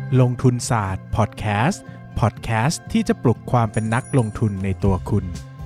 ลงทุนศาสตร์พอดแคสต์ที่จะปลุกความเป็นนักลงทุนในตัวคุณ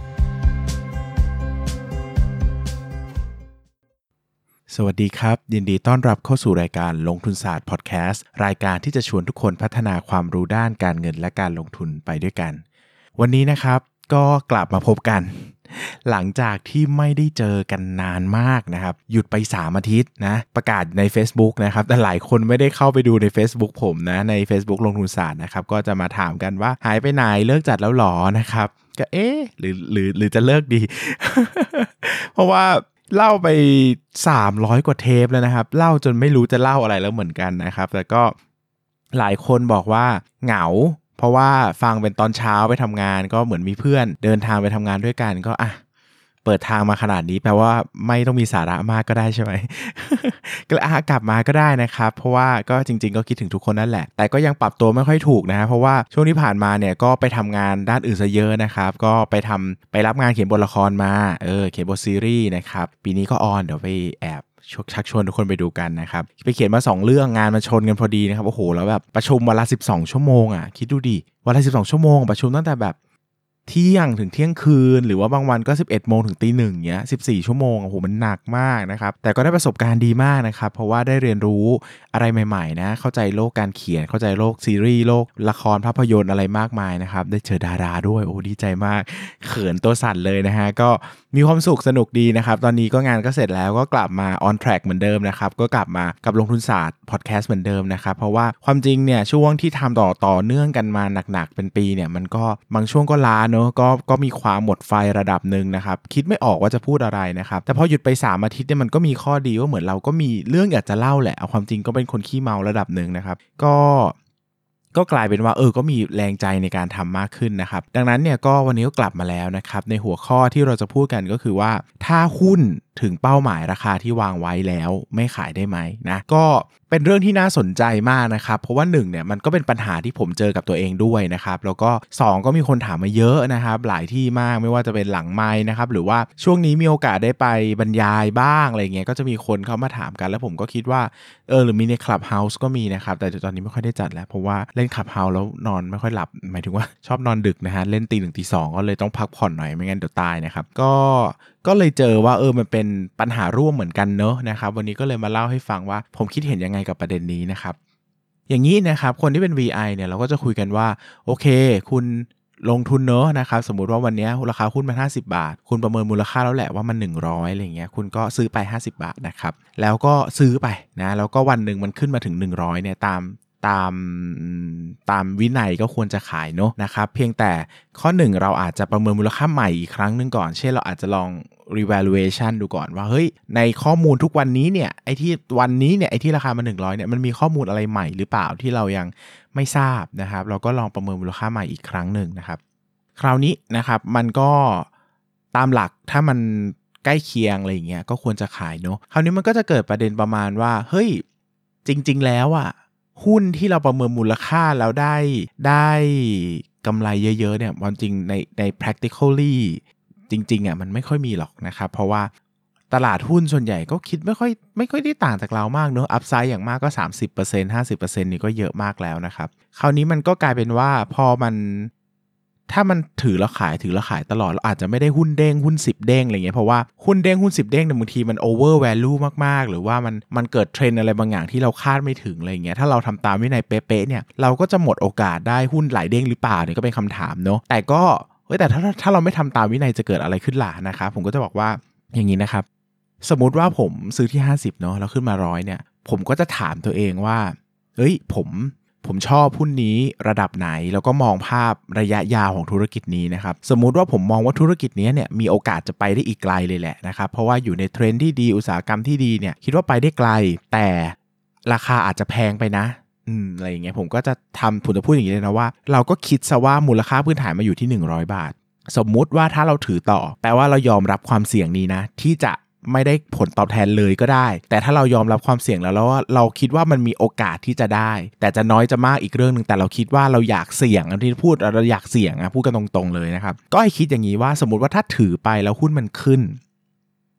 สวัสดีครับยินดีต้อนรับเข้าสู่รายการลงทุนศาสตร์พอดแคสต์รายการที่จะชวนทุกคนพัฒนาความรู้ด้านการเงินและการลงทุนไปด้วยกันวันนี้นะครับก็กลับมาพบกันหลังจากที่ไม่ได้เจอกันนานมากนะครับหยุดไป3 อาทิตย์นะประกาศใน Facebook นะครับแต่หลายคนไม่ได้เข้าไปดูใน Facebook ผมนะใน Facebook ลงทุนศาสตร์นะครับก็จะมาถามกันว่าหายไปไหนเลิกจัดแล้วหรอนะครับก็หรือจะเลิกดี เพราะว่าเล่าไป300 กว่าเทปแล้วนะครับเล่าจนไม่รู้จะเล่าอะไรแล้วเหมือนกันนะครับแต่ก็หลายคนบอกว่าเหงาเพราะว่าฟังเป็นตอนเช้าไปทำงานก็เหมือนมีเพื่อนเดินทางไปทำงานด้วยกันก็เปิดทางมาขนาดนี้แปลว่าไม่ต้องมีสาระมากก็ได้ใช่ไหม ก็กลับมาก็ได้นะครับเพราะว่าก็จริงๆก็คิดถึงทุกคนนั่นแหละแต่ก็ยังปรับตัวไม่ค่อยถูกนะเพราะว่าช่วงที่ผ่านมาเนี่ยก็ไปทำงานด้านอื่นซะเยอะนะครับก็ไปรับงานเขียนบทละครมาเขียนบทซีรีส์นะครับปีนี้ก็เดี๋ยวไปแอบชักชวนทุกคนไปดูกันนะครับไปเขียนมา2 เรื่องงานมาชนกันพอดีนะครับโอ้โหแล้วแบบประชุมวันละ12 ชั่วโมงคิดดูดิวันละ12 ชั่วโมงประชุมตั้งแต่แบบเที่ยงถึงเที่ยงคืนหรือว่าบางวันก็ 11 โมงถึง 1:00 เงี้ย14 ชั่วโมงโอ้โหมันหนักมากนะครับแต่ก็ได้ประสบการณ์ดีมากนะครับเพราะว่าได้เรียนรู้อะไรใหม่ๆนะเข้าใจโลกการเขียนเข้าใจโลกซีรีส์โลกละครภาพยนตร์อะไรมากมายนะครับได้เจอดาราด้วยโอ้ดีใจมากเขินตัวสั่นเลยนะฮะก็มีความสุขสนุกดีนะครับตอนนี้ก็งานก็เสร็จแล้วก็กลับมา on track เหมือนเดิมนะครับก็กลับมากับลงทุนศาสตร์พอดแคสต์เหมือนเดิมนะครับเพราะว่าความจริงเนี่ยช่วงที่ทำต่อเนื่องกันมาหนักๆเป็นปีเนี่ยมันก็บางช่วงก็ล้าเนอะก็มีความหมดไฟระดับหนึ่งนะครับคิดไม่ออกว่าจะพูดอะไรนะครับแต่พอหยุดไป3 อาทิตย์เนี่ยมันก็มีข้อดีว่าเหมือนเราก็มีเรื่องอยากจะเล่าแหละเอาความจริงก็เป็นคนขี้เมาระดับหนึ่งนะครับก็กลายเป็นว่าก็มีแรงใจในการทำมากขึ้นนะครับดังนั้นเนี่ยก็วันนี้ก็กลับมาแล้วนะครับในหัวข้อที่เราจะพูดกันก็คือว่าถ้าหุ้นถึงเป้าหมายราคาที่วางไว้แล้วไม่ขายได้ไหมนะก็เป็นเรื่องที่น่าสนใจมากนะครับเพราะว่า1เนี่ยมันก็เป็นปัญหาที่ผมเจอกับตัวเองด้วยนะครับแล้วก็2ก็มีคนถามมาเยอะนะครับหลายที่มากไม่ว่าจะเป็นหลังไมค์นะครับหรือว่าช่วงนี้มีโอกาสได้ไปบรรยายบ้างอะไรเงี้ยก็จะมีคนเข้ามาถามกันแล้วผมก็คิดว่าหรือมีใน Clubhouse ก็มีนะครับแต่ตอนนี้ไม่ค่อยได้จัดแล้วเพราะว่าเล่น Clubhouse แล้วนอนไม่ค่อยหลับหมายถึงว่าชอบนอนดึกนะฮะเล่นตี 1 ตี 2ก็เลยต้องพักผ่อนหน่อยไม่งั้นเดี๋ยวตายนะครับก็เลยเจอว่ามันเป็นปัญหาร่วมเหมือนกันเนอะนะครับวันนี้ก็เลยมาเล่าให้ฟังว่าผมคิดเห็นยังไงกับประเด็นนี้นะครับอย่างนี้นะครับคนที่เป็น VI เนี่ยเราก็จะคุยกันว่าโอเคคุณลงทุนเนอะนะครับสมมุติว่าวันนี้ราคาหุ้นมัน50 บาทคุณประเมินมูลค่าแล้วแหละว่ามัน100อะไรอย่างเงี้ยคุณก็ซื้อไป50 บาทนะครับแล้วก็ซื้อไปนะแล้วก็วันหนึ่งมันขึ้นมาถึง100เนี่ยตามวินัยก็ควรจะขายเนอะนะครับเพียงแต่ข้อ1เราอาจจะประเมินมูลค่าใหม่อีกครั้งนึงก่อนเช่นเราอาจจะลอง revaluation ดูก่อนว่าเฮ้ยในข้อมูลทุกวันนี้เนี่ยไอ้ที่วันนี้เนี่ยไอ้ที่ราคามัน100เนี่ยมันมีข้อมูลอะไรใหม่หรือเปล่าที่เรายังไม่ทราบนะครับเราก็ลองประเมินมูลค่าใหม่อีกครั้งนึงนะครับคราวนี้นะครับมันก็ตามหลักถ้ามันใกล้เคียงอะไรอย่างเงี้ยก็ควรจะขายเนอะคราวนี้มันก็จะเกิดประเด็นประมาณว่าเฮ้ยจริงๆแล้วหุ้นที่เราประเมินมูลค่าแล้วได้กำไรเยอะๆเนี่ยความจริงใน practically จริงๆมันไม่ค่อยมีหรอกนะครับเพราะว่าตลาดหุ้นส่วนใหญ่ก็คิดไม่ค่อยได้ต่างจากเรามากเนอะอัพไซด์อย่างมากก็ 30% 50% นี่ก็เยอะมากแล้วนะครับคราวนี้มันก็กลายเป็นว่าพอมันถ้ามันถือแล้วขายตลอดเราอาจจะไม่ได้หุ้นเด้งหุ้น10เด้งอะไรเงี้ยเพราะว่าหุ้นเด้งหุ้น10เด้งเนี่ยบางทีมันโอเวอร์แวลูมากๆหรือว่ามันเกิดเทรนด์อะไรบางอย่างที่เราคาดไม่ถึงอะไรเงี้ยถ้าเราทำตามวินัยเป๊ะๆเนี่ยเราก็จะหมดโอกาสได้หุ้นหลายเด้งหรือเปล่าเนี่ยก็เป็นคำถามเนาะแต่ถ้าเราไม่ทำตามวินัยจะเกิดอะไรขึ้นล่ะนะครับผมก็จะบอกว่าอย่างนี้นะครับสมมุติว่าผมซื้อที่50เนาะแล้วขึ้นมา100เนี่ยผมก็จะถามตัวเองว่าเฮ้ยผมชอบหุ้นนี้ระดับไหนแล้วก็มองภาพระยะยาวของธุรกิจนี้นะครับสมมุติว่าผมมองว่าธุรกิจนี้เนี่ยมีโอกาสจะไปได้อีกไกลเลยแหละนะครับเพราะว่าอยู่ในเทรนด์ที่ดีอุตสาหกรรมที่ดีเนี่ยคิดว่าไปได้ไกลแต่ราคาอาจจะแพงไปนะอะไรอย่างเงี้ยผมจะพูดอย่างนี้เลยนะว่าเราก็คิดซะว่ามูลค่าพื้นฐานมาอยู่ที่100 บาทสมมุติว่าถ้าเราถือต่อแปลว่าเรายอมรับความเสี่ยงนี้นะที่จะไม่ได้ผลตอบแทนเลยก็ได้แต่ถ้าเรายอมรับความเสี่ยงแล้วว่าเราคิดว่ามันมีโอกาสที่จะได้แต่จะน้อยจะมากอีกเรื่องนึงแต่เราคิดว่าเราอยากเสี่ยงที่พูดเราอยากเสี่ยงพูดกันตรงๆเลยนะครับก็ให้คิดอย่างนี้ว่าสมมุติว่าถ้าถือไปแล้วหุ้นมันขึ้น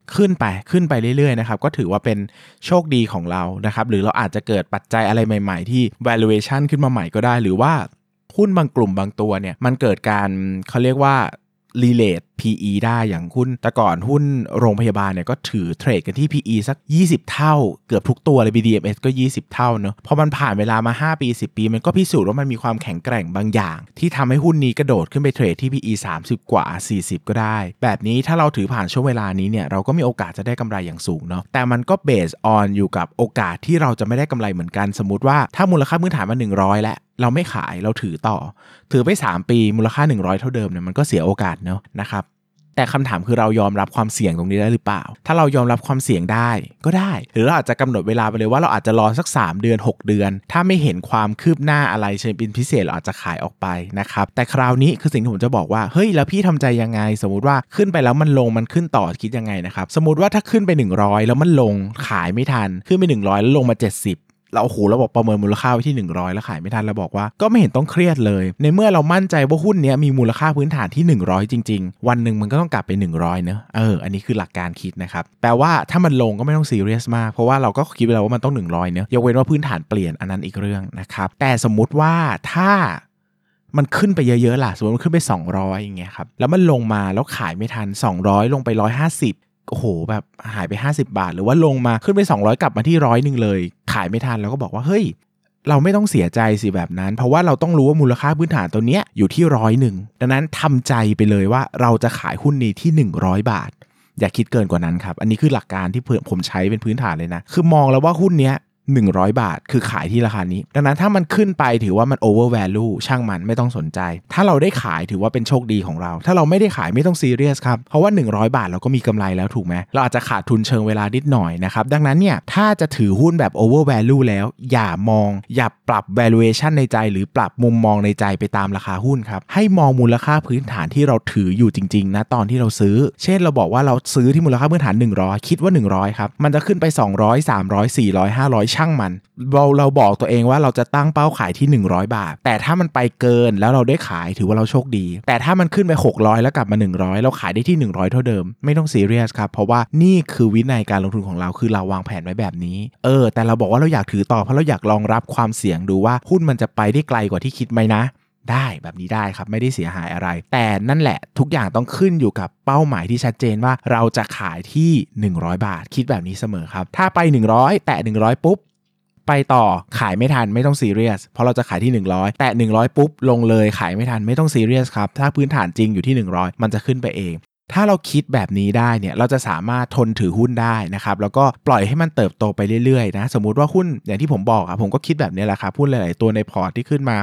ขึ้นไปเรื่อยๆนะครับก็ถือว่าเป็นโชคดีของเรานะครับหรือเราอาจจะเกิดปัจจัยอะไรใหม่ๆที่ valuation ขึ้นมาใหม่ก็ได้หรือว่าหุ้นบางกลุ่มบางตัวเนี่ยมันเกิดการเขาเรียกว่าrelate PE ได้อย่างหุ้นแต่ก่อนหุ้นโรงพยาบาลเนี่ยก็ถือเทรดกันที่ PE สัก20เท่าเกือบทุกตัวเลย BDMs ก็20เท่าเนอะพอมันผ่านเวลามา5ปี10ปีมันก็พิสูจน์ว่ามันมีความแข็งแกร่งบางอย่างที่ทำให้หุ้นนี้กระโดดขึ้นไปเทรดที่ PE 30กว่า40ก็ได้แบบนี้ถ้าเราถือผ่านช่วงเวลานี้เนี่ยเราก็มีโอกาสจะได้กำไรอย่างสูงเนาะแต่มันก็ based on อยู่กับโอกาสที่เราจะไม่ได้กำไรเหมือนกันสมมุติว่าถ้ามูลค่าพื้นฐานมา100แล้วเราไม่ขายเราถือต่อถือไป3ปีมูลค่า100เท่าเดิมเนี่ยมันก็เสียโอกาสเนาะนะครับแต่คำถามคือเรายอมรับความเสี่ยงตรงนี้ได้หรือเปล่าถ้าเรายอมรับความเสี่ยงได้ก็ได้หรือเราอาจจะกำหนดเวลาไปเลยว่าเราอาจจะรอสัก3เดือน6เดือนถ้าไม่เห็นความคืบหน้าอะไรเชิงเป็นพิเศษเราอาจจะขายออกไปนะครับแต่คราวนี้คือสิ่งที่ผมจะบอกว่าเฮ้ยแล้วพี่ทำใจยังไงสมมุติว่าขึ้นไปแล้วมันลงมันขึ้นต่อคิดยังไงนะครับสมมุติว่าถ้าขึ้นไป100แล้วมันลงขายไม่ทันขึ้นไป100แล้วลงมา70เราโอ้โหเราบอกประเมินมูลค่าไว้ที่100แล้วขายไม่ทันเราบอกว่าก็ไม่เห็นต้องเครียดเลยในเมื่อเรามั่นใจว่าหุ้นนี้มีมูลค่าพื้นฐานที่100จริงๆวันนึงมันก็ต้องกลับไป100เนอะอันนี้คือหลักการคิดนะครับแปลว่าถ้ามันลงก็ไม่ต้องซีเรียสมากเพราะว่าเราก็คิดไปแล้วว่ามันต้อง100เนอะยกเว้นว่าพื้นฐานเปลี่ยนอันนั้นอีกเรื่องนะครับแต่สมมุติว่าถ้ามันขึ้นไปเยอะๆล่ะสมมติมันขึ้นไป200อย่างเงี้ยครับแล้วมันลงมาแล้วขายไม่ทัน200ลงไป150โอ้โหแบบหายไป50บาทหรือว่าลงมาขึ้นไป200กลับมาที่100นึงเลยขายไม่ทันแล้วก็บอกว่าเฮ้ยเราไม่ต้องเสียใจสิแบบนั้นเพราะว่าเราต้องรู้ว่ามูลค่าพื้นฐานตัวเนี้ยอยู่ที่100ดังนั้นทำใจไปเลยว่าเราจะขายหุ้นนี้ที่100บาทอย่าคิดเกินกว่านั้นครับอันนี้คือหลักการที่ผมใช้เป็นพื้นฐานเลยนะคือมองแล้วว่าหุ้นเนี้ย100บาทคือขายที่ราคานี้ดังนั้นถ้ามันขึ้นไปถือว่ามัน over value ช่างมันไม่ต้องสนใจถ้าเราได้ขายถือว่าเป็นโชคดีของเราถ้าเราไม่ได้ขายไม่ต้องซีเรียสครับเพราะว่า100บาทเราก็มีกำไรแล้วถูกไหมเราอาจจะขาดทุนเชิงเวลานิดหน่อยนะครับดังนั้นเนี่ยถ้าจะถือหุ้นแบบ over value แล้วอย่าปรับ valuation ในใจหรือปรับมุมมองในใจไปตามราคาหุ้นครับให้มองมูลค่าพื้นฐานที่เราถืออยู่จริงๆนะตอนที่เราซื้อเช่นเราบอกว่าเราซื้อที่มูลค่าพื้นฐาน100คิดว่า100ครับมันจะขึ้นไป200 300 400 500ช่างมันเราบอกตัวเองว่าเราจะตั้งเป้าขายที่100บาทแต่ถ้ามันไปเกินแล้วเราได้ขายถือว่าเราโชคดีแต่ถ้ามันขึ้นไป600แล้วกลับมา100เราขายได้ที่100เท่าเดิมไม่ต้องซีเรียสครับเพราะว่านี่คือวินัยการลงทุนของเราคือเราวางแผนไว้แบบนี้แต่เราบอกว่าเราอยากถือต่อเพราะเราอยากลองรับความเสี่ยงดูว่าหุ้นมันจะไปได้ไกลกว่าที่คิดไหมนะได้แบบนี้ได้ครับไม่ได้เสียหายอะไรแต่นั่นแหละทุกอย่างต้องขึ้นอยู่กับเป้าหมายที่ชัดเจนว่าเราจะขายที่100บาทคิดแบบนี้เสมอครับถ้าไป100แตะ100ปุ๊บไปต่อขายไม่ทันไม่ต้องซีเรียสเพราะเราจะขายที่100แตะ100ปุ๊บลงเลยขายไม่ทันไม่ต้องซีเรียสครับถ้าพื้นฐานจริงอยู่ที่100มันจะขึ้นไปเองถ้าเราคิดแบบนี้ได้เนี่ยเราจะสามารถทนถือหุ้นได้นะครับแล้วก็ปล่อยให้มันเติบโตไปเรื่อยๆนะสมมุติว่าหุ้นอย่างที่ผมบอกอะผมก็คิดแบบนี้แหละครับหุ้นหลายๆตัวในพอร์ตที่ขึ้นมา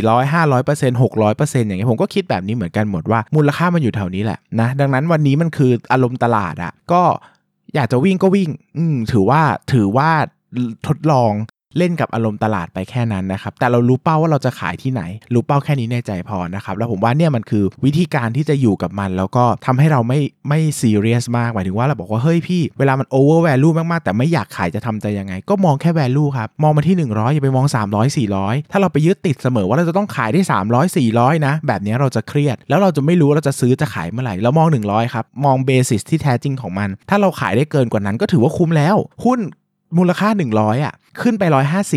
400 500% 600%อย่างเงี้ยผมก็คิดแบบนี้เหมือนกันหมดว่ามูลค่ามันอยู่แถวนี้แหละนะดังนั้นวันนี้มันคืออารมณ์ตลาดอะก็อยากจะวิ่งก็วิ่งถือว่าทดลองเล่นกับอารมณ์ตลาดไปแค่นั้นนะครับแต่เรารู้เป้าว่าเราจะขายที่ไหนรู้เป้าแค่นี้ในใจพอนะครับแล้วผมว่าเนี่ยมันคือวิธีการที่จะอยู่กับมันแล้วก็ทำให้เราไม่ซีเรียสมากหมายถึงว่าเราบอกว่าเฮ้ยพี่เวลามันโอเวอร์แวลูมากๆแต่ไม่อยากขายจะทำใจยังไงก็มองแค่แวลูครับมองมาที่100อย่าไปมอง300 400ถ้าเราไปยึดติดเสมอว่าเราจะต้องขายได้300 400นะแบบนี้เราจะเครียดแล้วเราจะไม่รู้ว่าเราจะซื้อจะขายเมื่อไหร่แล้วมอง100ครับมองเบสิสที่แท้จริงของมันถ้าเราขายได้เกินกว่านั้นก็ถือว่าคุ้มแล้วหุ้นมูลค่า100อ่ะขึ้นไป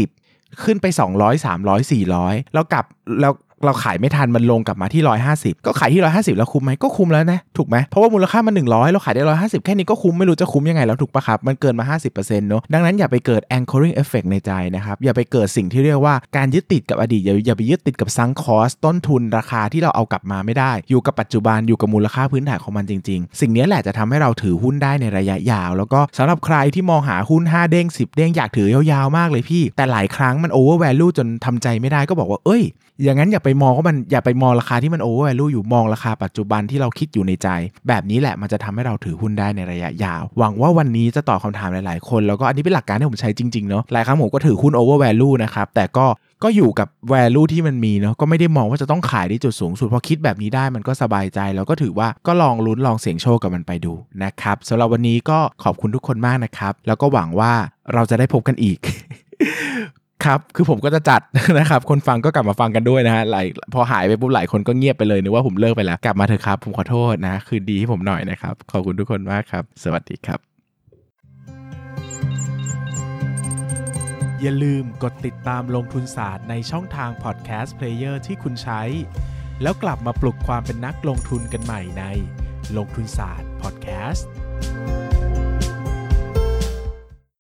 150ขึ้นไป200 300 400แล้วกลับแล้วเราขายไม่ทันมันลงกลับมาที่150ก็ขายที่150แล้วคุ้มไหมก็คุ้มแล้วนะถูกไหมเพราะว่ามูลค่ามัน100เราขายได้150แค่นี้ก็คุ้มไม่รู้จะคุ้มยังไงแล้วถูกปะครับมันเกินมา 50% เนอะดังนั้นอย่าไปเกิด anchoring effect ในใจนะครับอย่าไปเกิดสิ่งที่เรียกว่าการยึดติดกับอดีตอย่าไปยึดติดกับ sunk cost ต้นทุนราคาที่เราเอากลับมาไม่ได้อยู่กับปัจจุบันอยู่กับมูลค่าพื้นฐานของมันจริงๆสิ่งนี้แหละจะทำให้เราถือหุ้นได้ในระยะยาวแล้วก็สำหรับใครที่มองหาหุ้น5เด้ง10เด้งอยากถือยาวๆมากเลยพี่แต่หลายครั้งมัน over value จนทำใจไม่ได้ก็บอกว่าอย่างนั้นอย่าไปมองว่ามันอย่าไปมองราคาที่มัน over value อยู่มองราคาปัจจุบันที่เราคิดอยู่ในใจแบบนี้แหละมันจะทำให้เราถือหุ้นได้ในระยะยาวหวังว่าวันนี้จะตอบคำถามหลายๆคนแล้วก็อันนี้เป็นหลักการที่ผมใช้จริงๆเนาะหลายครั้งผมก็ถือหุ้น over value นะครับแต่ก็อยู่กับ value ที่มันมีเนาะก็ไม่ได้มองว่าจะต้องขายที่จุดสูงสุดพอคิดแบบนี้ได้มันก็สบายใจแล้วก็ถือว่าก็ลองลุ้นลองเสี่ยงโชคกับมันไปดูนะครับสำหรับวันนี้ก็ขอบคุณทุกคนมากนะครับแล้วก็หวังว่าเราจะได้พบกันอีกครับคือผมก็จะจัด นะครับคนฟังก็กลับมาฟังกันด้วยนะฮะพอหายไปปุ๊บหลายคนก็เงียบไปเลยนึกว่าผมเลิกไปแล้วกลับมาเถอะครับผมขอโทษนะคืนดีให้ผมหน่อยนะครับขอบคุณทุกคนมากครับสวัสดีครับอย่าลืมกดติดตามลงทุนศาสตร์ในช่องทางพอดแคสต์เพลเยอร์ที่คุณใช้แล้วกลับมาปลุกความเป็นนักลงทุนกันใหม่ในลงทุนศาสตร์พอดแคสต์